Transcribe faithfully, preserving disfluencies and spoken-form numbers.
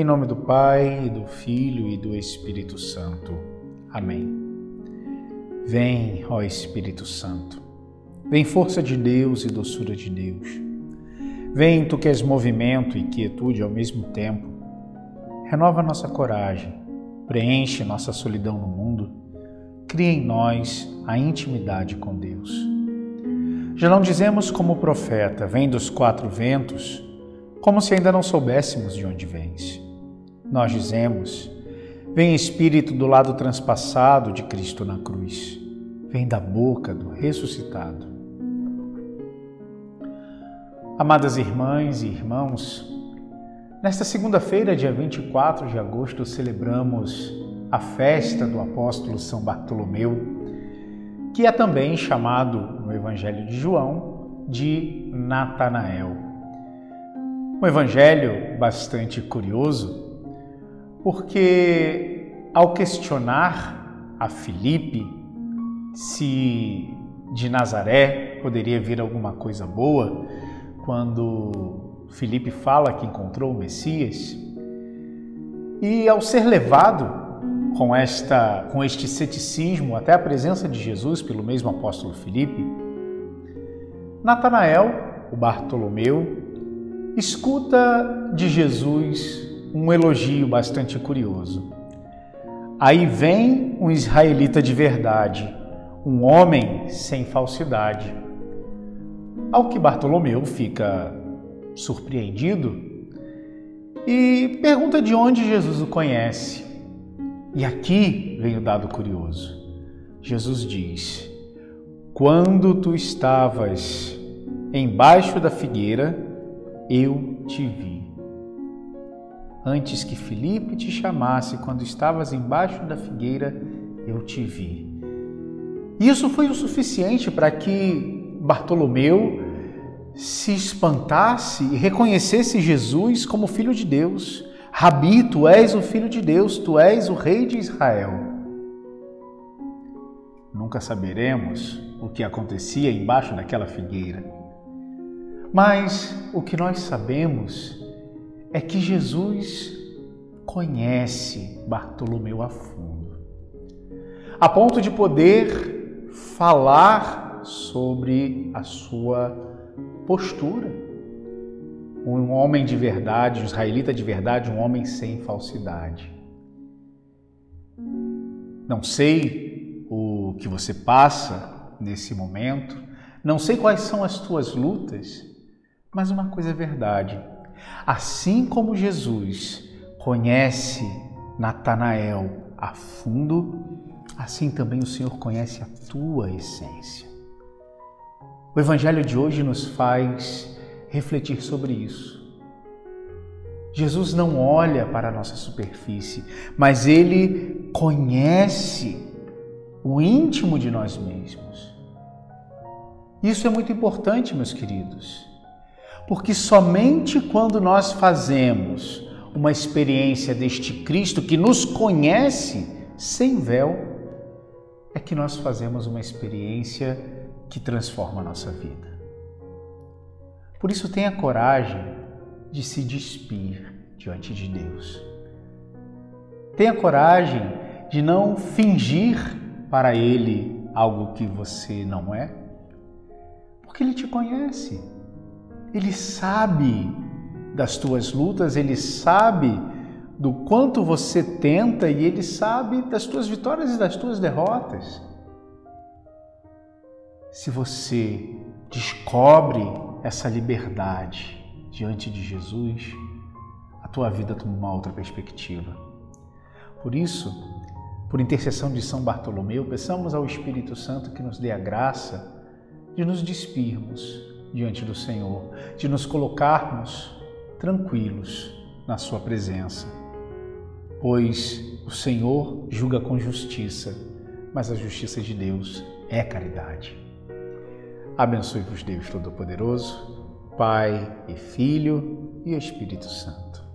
Em nome do Pai, e do Filho e do Espírito Santo. Amém. Vem, ó Espírito Santo. Vem, força de Deus e doçura de Deus. Vem, tu que és movimento e quietude ao mesmo tempo. Renova nossa coragem, preenche nossa solidão no mundo, cria em nós a intimidade com Deus. Já não dizemos como o profeta, vem dos quatro ventos, como se ainda não soubéssemos de onde vens. Nós dizemos, vem Espírito do lado transpassado de Cristo na cruz, vem da boca do ressuscitado. Amadas irmãs e irmãos, nesta segunda-feira, dia vinte e quatro de agosto, celebramos a festa do apóstolo São Bartolomeu, que é também chamado no Evangelho de João de Natanael. Um evangelho bastante curioso, porque ao questionar a Filipe se de Nazaré poderia vir alguma coisa boa, quando Filipe fala que encontrou o Messias, e ao ser levado com, esta, com este ceticismo até a presença de Jesus pelo mesmo apóstolo Filipe, Natanael, o Bartolomeu, escuta de Jesus um elogio bastante curioso. Aí vem um israelita de verdade, um homem sem falsidade. Ao que Bartolomeu fica surpreendido e pergunta de onde Jesus o conhece. E aqui vem o dado curioso. Jesus diz: quando tu estavas embaixo da figueira, eu te vi. Antes que Filipe te chamasse, quando estavas embaixo da figueira, eu te vi. Isso foi o suficiente para que Bartolomeu se espantasse e reconhecesse Jesus como Filho de Deus. Rabi, tu és o Filho de Deus, tu és o Rei de Israel. Nunca saberemos o que acontecia embaixo daquela figueira. Mas o que nós sabemos é que Jesus conhece Bartolomeu a fundo, a ponto de poder falar sobre a sua postura. Um homem de verdade, um israelita de verdade, um homem sem falsidade. Não sei o que você passa nesse momento, não sei quais são as tuas lutas, mas uma coisa é verdade. Assim como Jesus conhece Natanael a fundo, assim também o Senhor conhece a tua essência. O Evangelho de hoje nos faz refletir sobre isso. Jesus não olha para a nossa superfície, mas Ele conhece o íntimo de nós mesmos. Isso é muito importante, meus queridos, porque somente quando nós fazemos uma experiência deste Cristo que nos conhece sem véu, é que nós fazemos uma experiência que transforma a nossa vida. Por isso, tenha coragem de se despir diante de Deus. Tenha coragem de não fingir para Ele algo que você não é, porque Ele te conhece. Ele sabe das tuas lutas, Ele sabe do quanto você tenta e Ele sabe das tuas vitórias e das tuas derrotas. Se você descobre essa liberdade diante de Jesus, a tua vida toma uma outra perspectiva. Por isso, por intercessão de São Bartolomeu, peçamos ao Espírito Santo que nos dê a graça de nos despirmos diante do Senhor, de nos colocarmos tranquilos na sua presença, pois o Senhor julga com justiça, mas a justiça de Deus é caridade. Abençoe-vos Deus Todo-Poderoso, Pai e Filho e Espírito Santo.